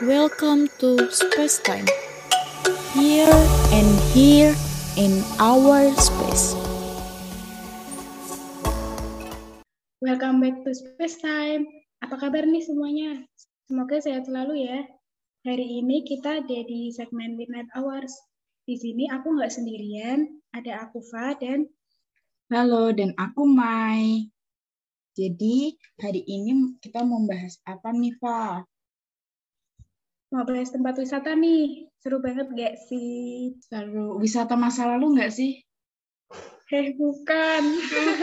Welcome to Space Time. Here and here in our space. Welcome back to Space Time. Apa kabar nih semuanya? Semoga sehat selalu ya. Hari ini kita ada di segmen Midnight Hours. Di sini aku nggak sendirian, ada aku Fa dan Halo, dan aku Mai. Jadi, hari ini kita mau bahas apa nih, Fa? mau bahas tempat wisata nih. Seru banget gak sih? Seru. Wisata masa lalu nggak sih? Bukan.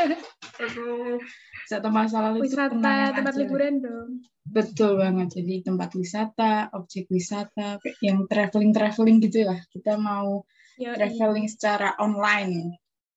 Wisata masa lalu itu Wisata kenangan tempat aja. liburan dong. Betul banget. Jadi, tempat wisata, objek wisata, yang traveling gitu lah. Kita mau traveling secara online.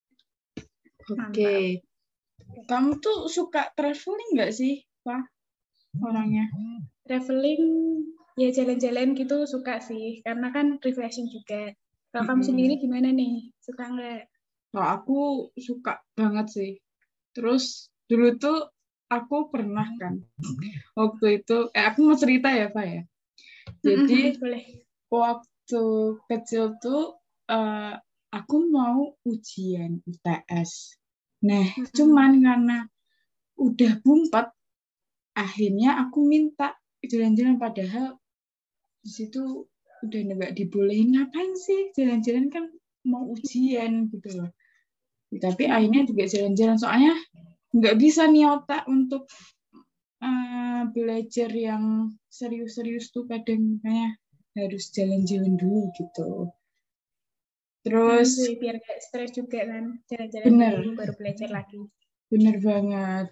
Oke. Kamu tuh suka traveling nggak sih, Fa? Orangnya? Traveling, ya jalan-jalan gitu suka sih. Karena kan refreshing juga. Kalau kamu sendiri gimana nih? Suka nggak? Kalau aku suka banget sih. Terus dulu tuh aku pernah kan waktu itu aku mau cerita ya Pak ya. Jadi boleh. Waktu kecil tuh aku mau ujian UTS. Nah, cuman karena udah bumpet, akhirnya aku minta jalan-jalan, padahal di situ udah nggak dibolehin. Ngapain sih jalan-jalan, kan mau ujian gitu loh. Tapi akhirnya juga jalan-jalan, soalnya nggak bisa nih otak untuk belajar yang serius-serius tuh, kadang kayak harus jalan-jalan dulu gitu. Terus biar gak stres juga kan, jalan-jalan bener, dulu baru belajar lagi. Bener banget.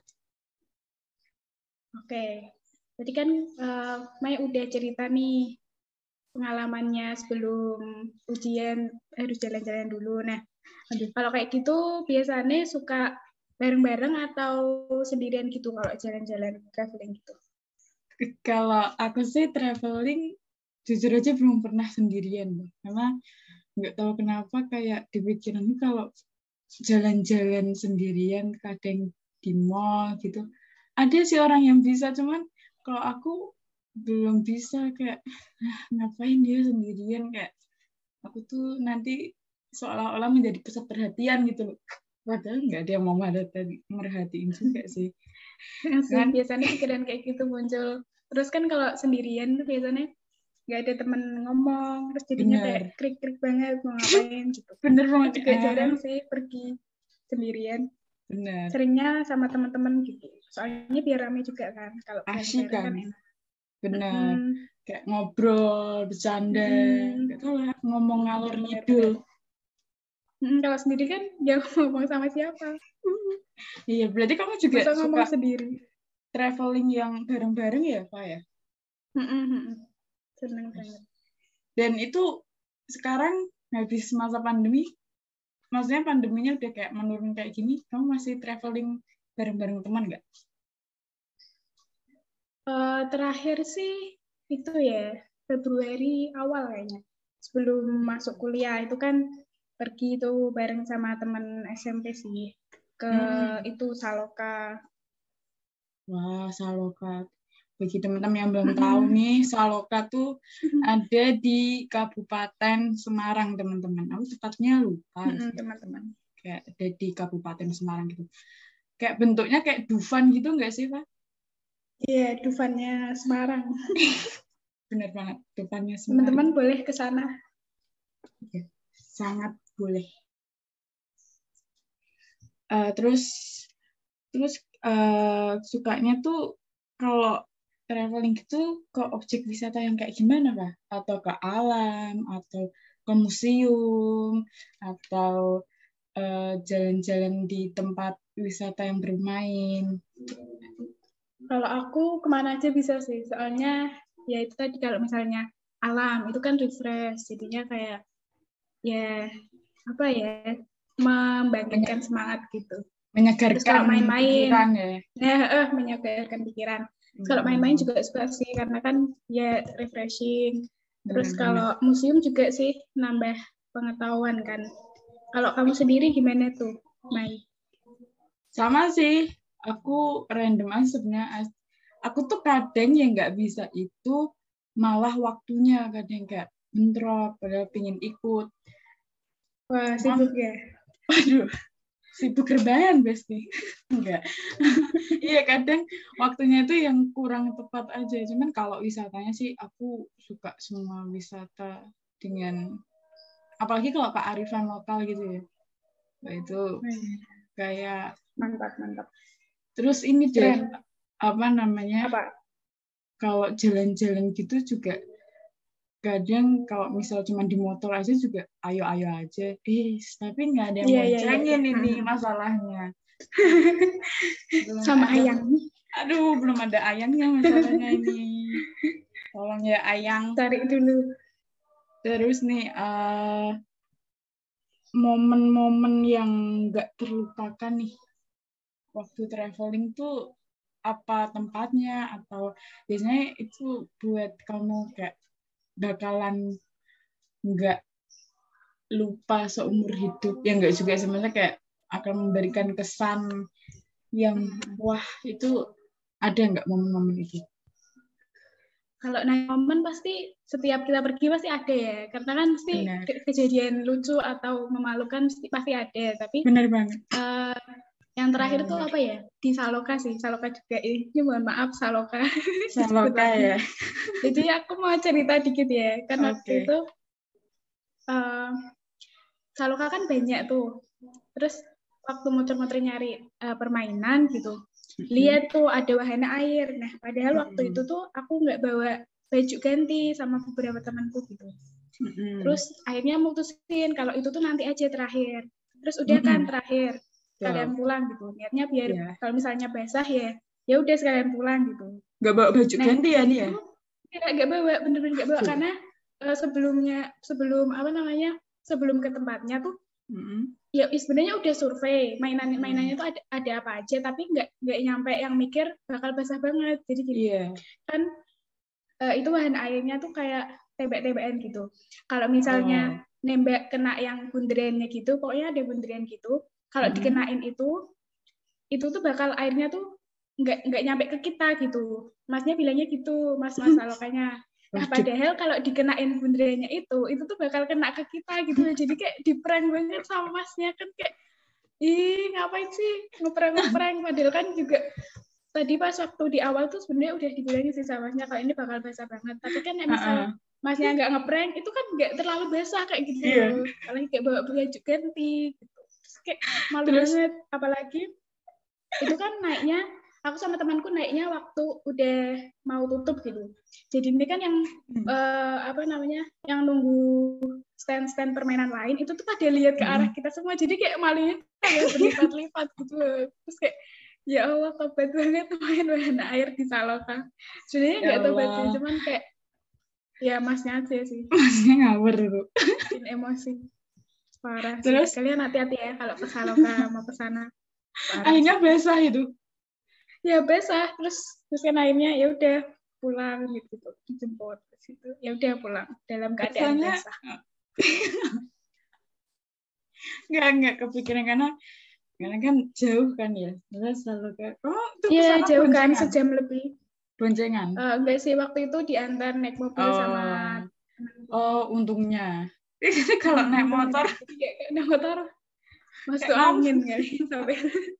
Oke, jadi kan Mai udah cerita nih pengalamannya sebelum ujian harus jalan-jalan dulu. Nah, kalau kayak gitu biasanya suka bareng-bareng atau sendirian gitu kalau jalan-jalan traveling gitu? Kalau aku sih traveling jujur aja belum pernah sendirian, karena nggak tahu kenapa kayak di pikiranku kalau jalan-jalan sendirian, kadang di mall gitu, ada sih orang yang bisa, cuman kalau aku belum bisa, kayak ngapain dia sendirian, kayak aku tuh nanti seolah-olah menjadi pusat perhatian gitu loh. Padahal nggak ada yang mau merhatiin juga sih. Kan? Biasanya pikiran kayak gitu muncul. Terus kan kalau sendirian tuh biasanya nggak ada temen ngomong, terus jadinya kayak krik-krik banget mau ngapain gitu. Bener banget. Juga jarang sih pergi sendirian. Bener. Seringnya sama teman-teman gitu. Soalnya biar rame juga kan. Kalau asik kan enak. Bener. Kayak ngobrol, bercanda, nggak tahu lah, ngomong ngalor ngidul. Kalau sendiri kan jangan ngomong sama siapa. Iya, berarti kamu juga bisa ngomong suka sendiri. Traveling yang bareng-bareng ya, Pak ya? Seneng banget. Dan itu sekarang habis masa pandemi, maksudnya pandeminya udah kayak menurun kayak gini, kamu masih traveling bareng-bareng teman nggak? Terakhir sih itu ya Februari awal kayaknya. Sebelum masuk kuliah itu kan pergi tuh bareng sama teman SMP sih ke itu Saloka. Wah, Saloka. Bagi teman-teman yang belum tahu nih, Saloka tuh ada di Kabupaten Semarang, teman-teman. Aku tepatnya lupa. Teman-teman. Kayak ada di Kabupaten Semarang gitu. Kayak bentuknya kayak Dufan gitu nggak sih, Pak? Iya, Dufannya Semarang. Benar banget, Dufannya Semarang. Teman-teman boleh ke sana. Ya, sangat boleh. Terus sukanya tuh kalau traveling gitu ke objek wisata yang kayak gimana, Pak? Atau ke alam, atau ke museum, atau jalan-jalan di tempat wisata yang bermain? Kalau aku kemana aja bisa sih, soalnya ya itu tadi, kalau misalnya alam itu kan refresh, jadinya kayak ya apa ya, membangkitkan semangat gitu. Menyegarkan terus kalau main-main pikiran ya. Menyegarkan pikiran. Kalau main-main juga suka sih, karena kan ya refreshing. Terus kalau museum juga sih nambah pengetahuan kan. Kalau kamu sendiri gimana tuh, Mai? Sama sih, aku random aja sebenarnya. Aku tuh kadang yang nggak bisa itu malah waktunya kadang kayak bentrok padahal pengen ikut. Wah, sibuk ya. Aduh, sibuk rebahan Besti. Enggak. Iya, kadang waktunya itu yang kurang tepat aja. Cuman kalau wisatanya sih aku suka semua wisata dengan apalagi kalau kearifan lokal gitu ya. Nah, itu kayak Mantap. terus ini deh Keren. apa namanya? Apa? Kalau jalan-jalan gitu juga kadang kalau misal cuma di motor aja juga ayo aja tapi nggak ada yang Iya. boncengin ini masalahnya. Belum Sama ada, ayang. aduh belum ada ayangnya masalahnya ini, tolong ya ayang. Cari dulu. Terus nih momen-momen yang nggak terlupakan nih waktu traveling tuh apa tempatnya atau biasanya itu buat kamu kayak bakalan nggak lupa seumur hidup ya nggak juga sebenarnya kayak akan memberikan kesan yang wah itu ada nggak momen-momen itu? Kalau naik momen pasti setiap kita pergi pasti ada ya, karena kan pasti Benar. kejadian lucu atau memalukan pasti ada. Tapi Benar banget. Yang terakhir tuh apa ya? Di Saloka sih, Saloka juga. Ini mohon maaf Saloka. Saloka ya. Jadi aku mau cerita dikit ya, kan waktu itu Saloka kan banyak tuh. Terus waktu muter-muter nyari permainan gitu, lihat tuh ada wahana air. Nah, padahal waktu itu tuh aku nggak bawa baju ganti sama beberapa temanku gitu. Terus akhirnya mutusin kalau itu tuh nanti aja terakhir. Terus udah kan terakhir kalian pulang gitu. Niatnya biar kalau misalnya basah ya udah sekalian pulang gitu. Nggak bawa baju ganti ya nih ya? Nggak bawa, bener-bener nggak bawa karena sebelum ke tempatnya tuh ya sebenarnya udah survei mainannya tuh ada apa aja, tapi nggak nyampe yang mikir bakal basah banget. Jadi gini kan itu wahana airnya tuh kayak tebak-tebakan gitu. Kalau misalnya nembak kena yang bunderannya gitu, pokoknya ada bunderan gitu. Kalau dikenain itu tuh bakal airnya tuh nggak nyampe ke kita gitu. Masnya bilangnya gitu, mas Salokanya. Nah, padahal kalau dikenain bunderannya itu tuh bakal kena ke kita gitu. Jadi kayak diprank banget sama masnya kan kayak, ih ngapain sih ngeprank. Padahal kan juga tadi pas waktu di awal tuh sebenarnya udah dibilangin sih sama masnya kalau ini bakal basah banget. Tapi kan misal masnya nggak ngeprank, itu kan nggak terlalu basah kayak gitu. Apalagi kayak bawa baju ganti gitu. Terus kayak malu banget. Apalagi itu kan naiknya, aku sama temanku naiknya waktu udah mau tutup gitu. Jadi ini kan yang yang nunggu stand permainan lain itu tuh pada lihat ke arah kita semua. Jadi kayak malunya kayak berlipat-lipat gitu. Terus kayak ya Allah, tobat banget main wahana air di Saloka. Sebenarnya nggak tobat sih, cuman kayak ya masnya aja sih. Masnya ngawur tuh. Bikin emosi. Parah. Terus sih. Kalian hati-hati ya kalau ke Saloka mau ke sana. Akhirnya basah itu. Ya basah, terus kan akhirnya ya udah pulang gitu, dijemput ke situ. Ya udah pulang dalam keadaan basah. Nggak kepikiran karena kan jauh kan ya. Terus selalu kayak iya jauh kan, sejam lebih. Boncengan? Enggak sih, waktu itu diantar naik mobil sama untungnya. Kalau naik motor, naik motor masuk angin kali sampai.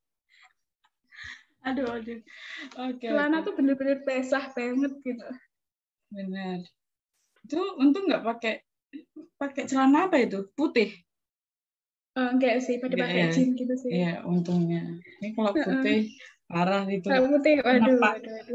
Aduh. Oke. Celana tuh bener-bener basah banget gitu. Benar. Itu untung nggak pakai celana apa itu? Putih? Enggak sih, pada pakai jeans gitu sih. Iya, untungnya. Ini kalau putih parah itu. Kalau putih, waduh.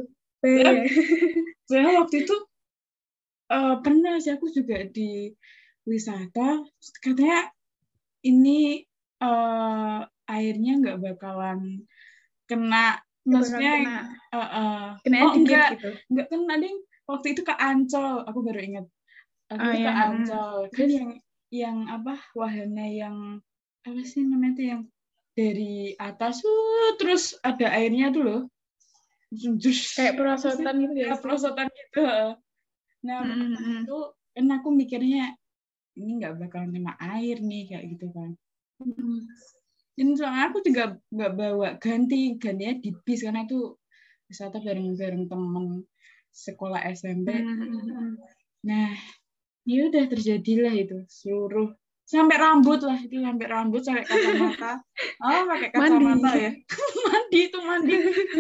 Saya waktu itu pernah sih aku juga di wisata, katanya ini airnya nggak bakalan kena, maksudnya enggak kena ding. Waktu itu ke Ancol, aku baru ingat. Ke Ancol kan yang apa wahana yang apa sih namanya itu yang dari atas terus ada airnya tuh loh, kayak perosotan gitu ya. Perosotan gitu. Nah itu kan aku mikirnya ini nggak bakal kena air nih kayak gitu kan. Dan soalnya aku juga nggak bawa gantinya di bis karena itu wisata bareng temen. sekolah SMP. Nah, ya udah terjadilah itu seluruh sampai rambut sampai kacamata. Pakai kacamata ya. Mandi.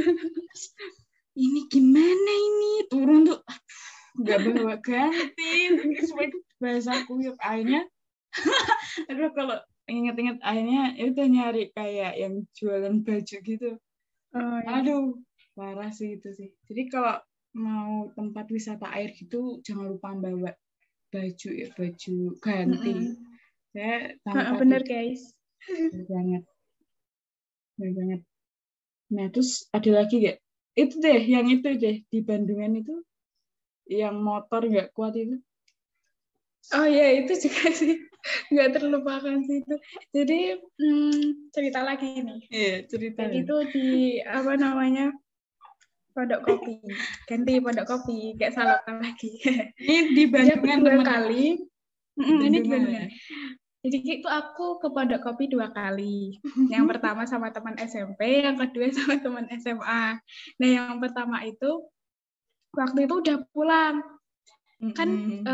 Ini gimana ini? Turun tuh nggak bawa ganti. Sesuai bahasaku yuk akhirnya. Aduh kalau inget-inget akhirnya itu nyari kayak yang jualan baju gitu. Aduh, parah sih itu sih. Jadi kalau mau tempat wisata air gitu jangan lupa bawa baju ganti. Saya bener guys. Bener banget. Nah terus ada lagi gak? Itu deh yang itu deh di Bandungan itu yang motor nggak kuat itu. Oh ya itu juga sih nggak terlupakan sih itu. Jadi cerita lagi nih. Iya cerita. Itu di apa namanya Pondok Kopi. Ganti Pondok Kopi kayak Saloka lagi. Ini di Bandungan dua kali. Ini di Bandungan. Ya? Jadi itu aku ke Pondok Kopi 2 kali. Yang pertama sama teman SMP, yang kedua sama teman SMA. Nah yang pertama itu waktu itu udah pulang. Kan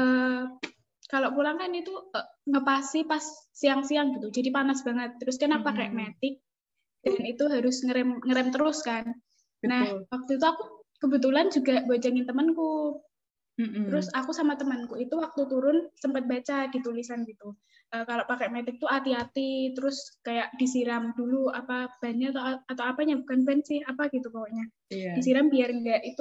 kalau pulang kan itu ngepasi pas siang-siang gitu, jadi panas banget. Terus kan aku pakai matic dan itu harus ngerem terus kan. Betul. Nah waktu itu aku kebetulan juga boncengin temanku. Terus aku sama temanku itu waktu turun sempat baca di tulisan gitu. Kalau pakai matic tuh hati-hati, terus kayak disiram dulu apa bannya atau apanya, bukan ban sih, apa gitu pokoknya. Yeah. Disiram biar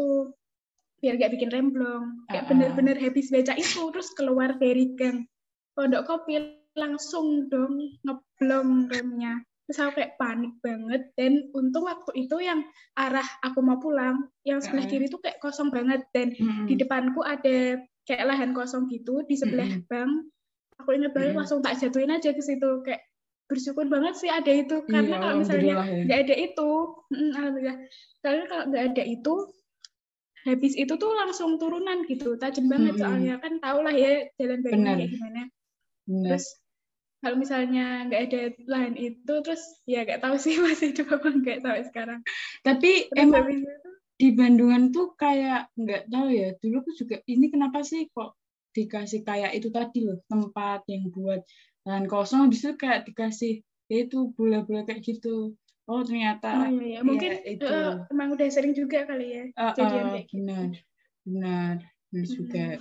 nggak bikin remblong. Kayak bener-bener habis baca itu terus keluar dari gang Pondok Kopi langsung dong ngeblong remnya. Terus aku kayak panik banget dan untung waktu itu yang arah aku mau pulang yang sebelah kiri tuh kayak kosong banget dan di depanku ada kayak lahan kosong gitu di sebelah bank. Aku ingat banget langsung tak jatuhin aja ke situ, kayak bersyukur banget sih ada itu karena kalau misalnya nggak ada itu, alhamdulillah. Karena kalau nggak ada itu habis itu tuh langsung turunan gitu, tajam banget soalnya kan tau lah ya jalan Bandung kayak gimana. Terus kalau misalnya nggak ada lahan itu, terus ya nggak tahu sih masih hidup apa nggak sampai sekarang. Tapi terus emang di Bandungan tuh kayak nggak tahu ya, dulu tuh juga ini kenapa sih kok dikasih kayak itu tadi loh, tempat yang buat lahan kosong, habis itu kayak dikasih ya itu bola-bola kayak gitu. Oh ternyata iya. Mungkin itu emang udah sering juga kali ya kejadian kayak gitu. Benar juga.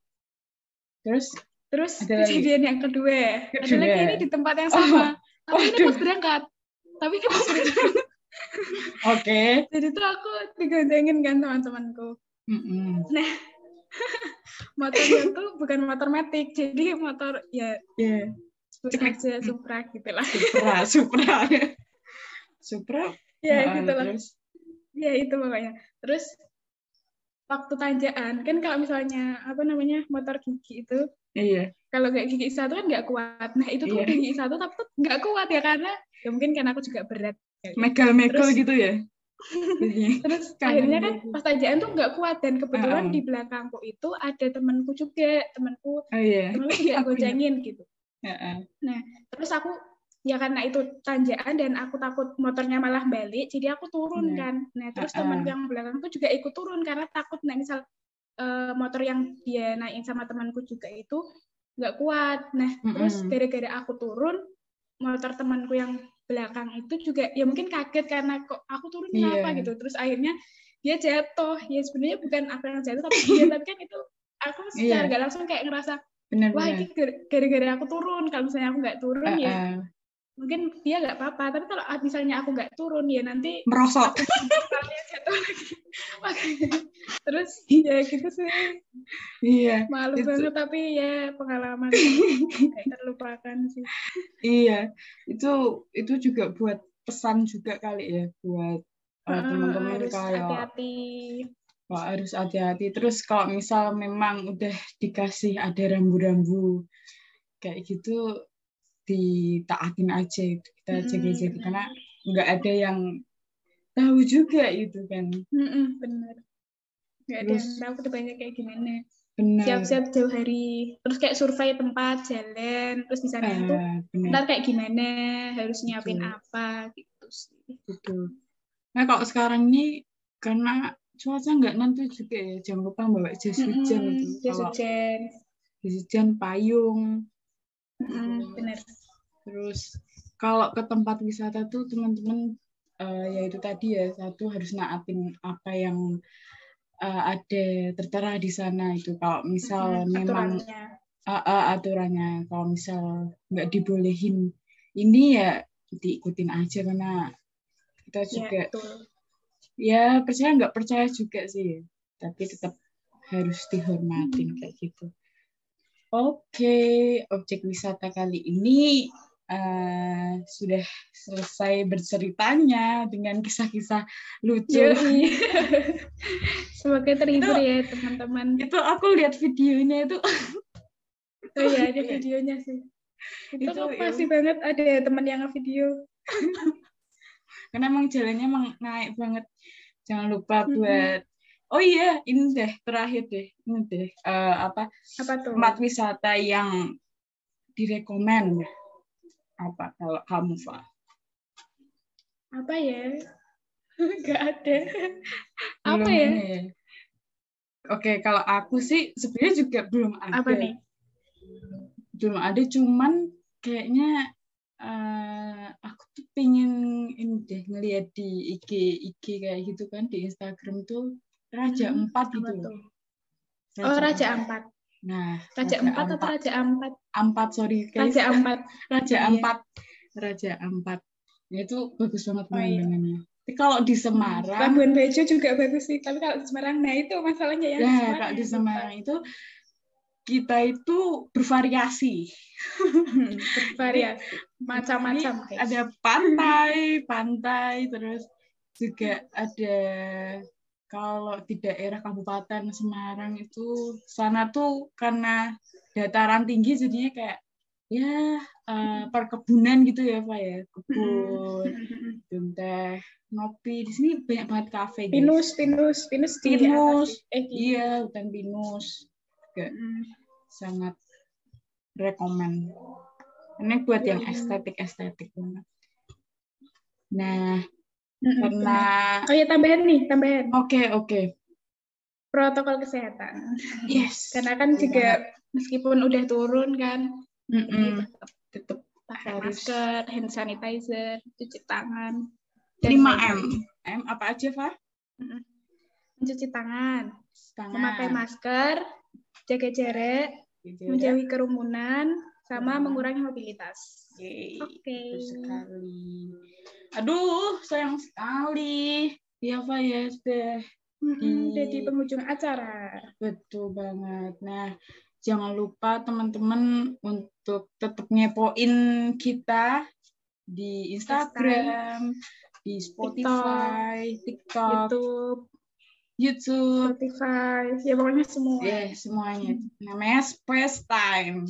Terus kejadian yang kedua. Ada lagi ini di tempat yang sama. Tapi ini pas berangkat. Oke. Jadi tuh aku digandengin kan teman-temanku. Nah, motornya tuh bukan motor matic, jadi motor ya sebut aja Supra gitulah. Supra. Ya gitulah. Ya itu pokoknya. Terus waktu tanjakan kan kalau misalnya motor gigi itu, kalau nggak gigi satu kan nggak kuat. Nah itu tuh gigi satu tapi tuh nggak kuat ya karena ya mungkin karena aku juga berat. Megal gitu ya. Terus akhirnya kan pas tanjakan tuh nggak kuat dan kebetulan di belakangku itu ada temanku juga, temanku juga goncengin gitu. Nah terus aku ya karena itu tanjakan dan aku takut motornya malah balik, jadi aku turun kan. Nah terus temanku yang belakang tuh juga ikut turun karena takut misal motor yang dia naikin sama temanku juga itu nggak kuat. Nah terus gara-gara aku turun, motor temanku yang belakang itu juga ya mungkin kaget karena kok aku turun kenapa gitu. Terus akhirnya dia jatuh. Ya sebenarnya bukan aku yang jatuh tapi dia, tapi kan itu aku secara nggak langsung kayak ngerasa wah ini gara-gara aku turun. Kalau misalnya aku nggak turun ya mungkin dia nggak apa-apa. Tapi kalau misalnya aku nggak turun ya nanti merosot. Jatuh lagi. Makanya. Terus ya gitu sih. Iya. Malu banget tapi ya pengalaman kayak terlupakan sih. Iya. Itu juga buat pesan juga kali ya buat teman-teman harus kayak hati-hati. Harus hati-hati. Terus kalau misal memang udah dikasih ada rambu-rambu kayak gitu ditaatin aja, kita jaga-jaga karena nggak ada yang tahu juga itu kan. Benar. Nggak ada yang tahu kedepannya kayak gimana. Benar. Siap-siap jauh hari. Terus kayak survei tempat jalan, terus di sana itu ntar kayak gimana, harus nyiapin apa gitu sih. Betul. Nah kalau sekarang ini karena cuaca nggak nentu juga ya. Jangan lupa bawa jas hujan itu. Jas Kalau hujan. jas hujan, payung. Benar. Terus kalau ke tempat wisata tuh teman-teman ya itu tadi ya, satu harus naatin apa yang ada tertera di sana itu. Kalau misal memang aturannya, kalau misal nggak dibolehin ini ya diikutin aja, karena kita juga ya percaya nggak percaya juga sih, tapi tetap harus dihormatin kayak gitu. Oke, objek wisata kali ini sudah selesai berceritanya dengan kisah-kisah lucu. Semoga terhibur ya teman-teman. Itu aku lihat videonya itu. Oh iya, ada videonya sih. Itu pasti banget ada teman yang nge-video. Karena emang jalannya emang naik banget. Jangan lupa buat oh iya, ini deh terakhir deh. Ini deh apa tuh? Tempat wisata yang direkomend. Apa kalau kamu, Fa? Apa ya? Nggak ada. Belum apa ya? Ini. Oke, kalau aku sih sebenarnya juga belum ada. Apa nih? Belum ada, cuman kayaknya aku tuh pengen ini deh ngeliat di IG kayak gitu kan, di Instagram tuh Raja Ampat gitu loh. Raja Ampat. Nah, Raja Ampat atau Raja Ampat? Ampat, sorry guys. Raja Ampat. Raja Ampat. Ya, itu bagus banget pemandangannya. Tapi kalau di Semarang, Labuan Bajo juga bagus sih. Tapi kalau di Semarang, nah itu masalahnya ya. Kalau di Semarang itu kita itu bervariasi. Bervariasi. Macam-macam. Ada pantai, terus juga ada kalau di daerah Kabupaten Semarang itu sana tuh karena dataran tinggi jadinya kayak ya perkebunan gitu ya Pak ya, kebun teh, ngopi. Di sini banyak banget kafe. Pinus. Iya, hutan pinus juga sangat rekomen. Ini buat yang estetik banget. Nah, karena tambahan. Oke. Protokol kesehatan. Yes. Karena kan juga meskipun udah turun kan, tetap pakai masker, hand sanitizer, cuci tangan. 5M. M apa aja, Pak? Mencuci tangan, memakai masker, jaga jarak, menjauhi kerumunan, sama mengurangi mobilitas. Oke. Sekali. Aduh, sayang sekali. Ya, Pak ya, sudah di penghujung acara. Betul banget. Nah, jangan lupa teman-teman untuk tetap ngepoin kita di Instagram, di Spotify, TikTok, YouTube, Spotify, ya pokoknya semua. Ya, semuanya. Namanya Space Time.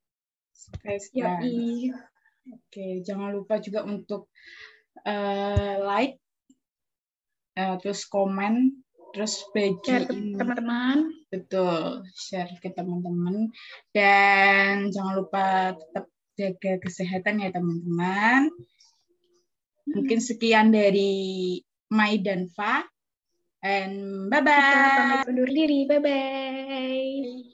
Oke, jangan lupa juga untuk like, terus komen, terus bagi share ke teman-teman. Betul, share ke teman-teman. Dan jangan lupa tetap jaga kesehatan ya teman-teman. Mungkin sekian dari Mai dan Fa. And bye-bye. Kita pamit undur diri. Bye-bye.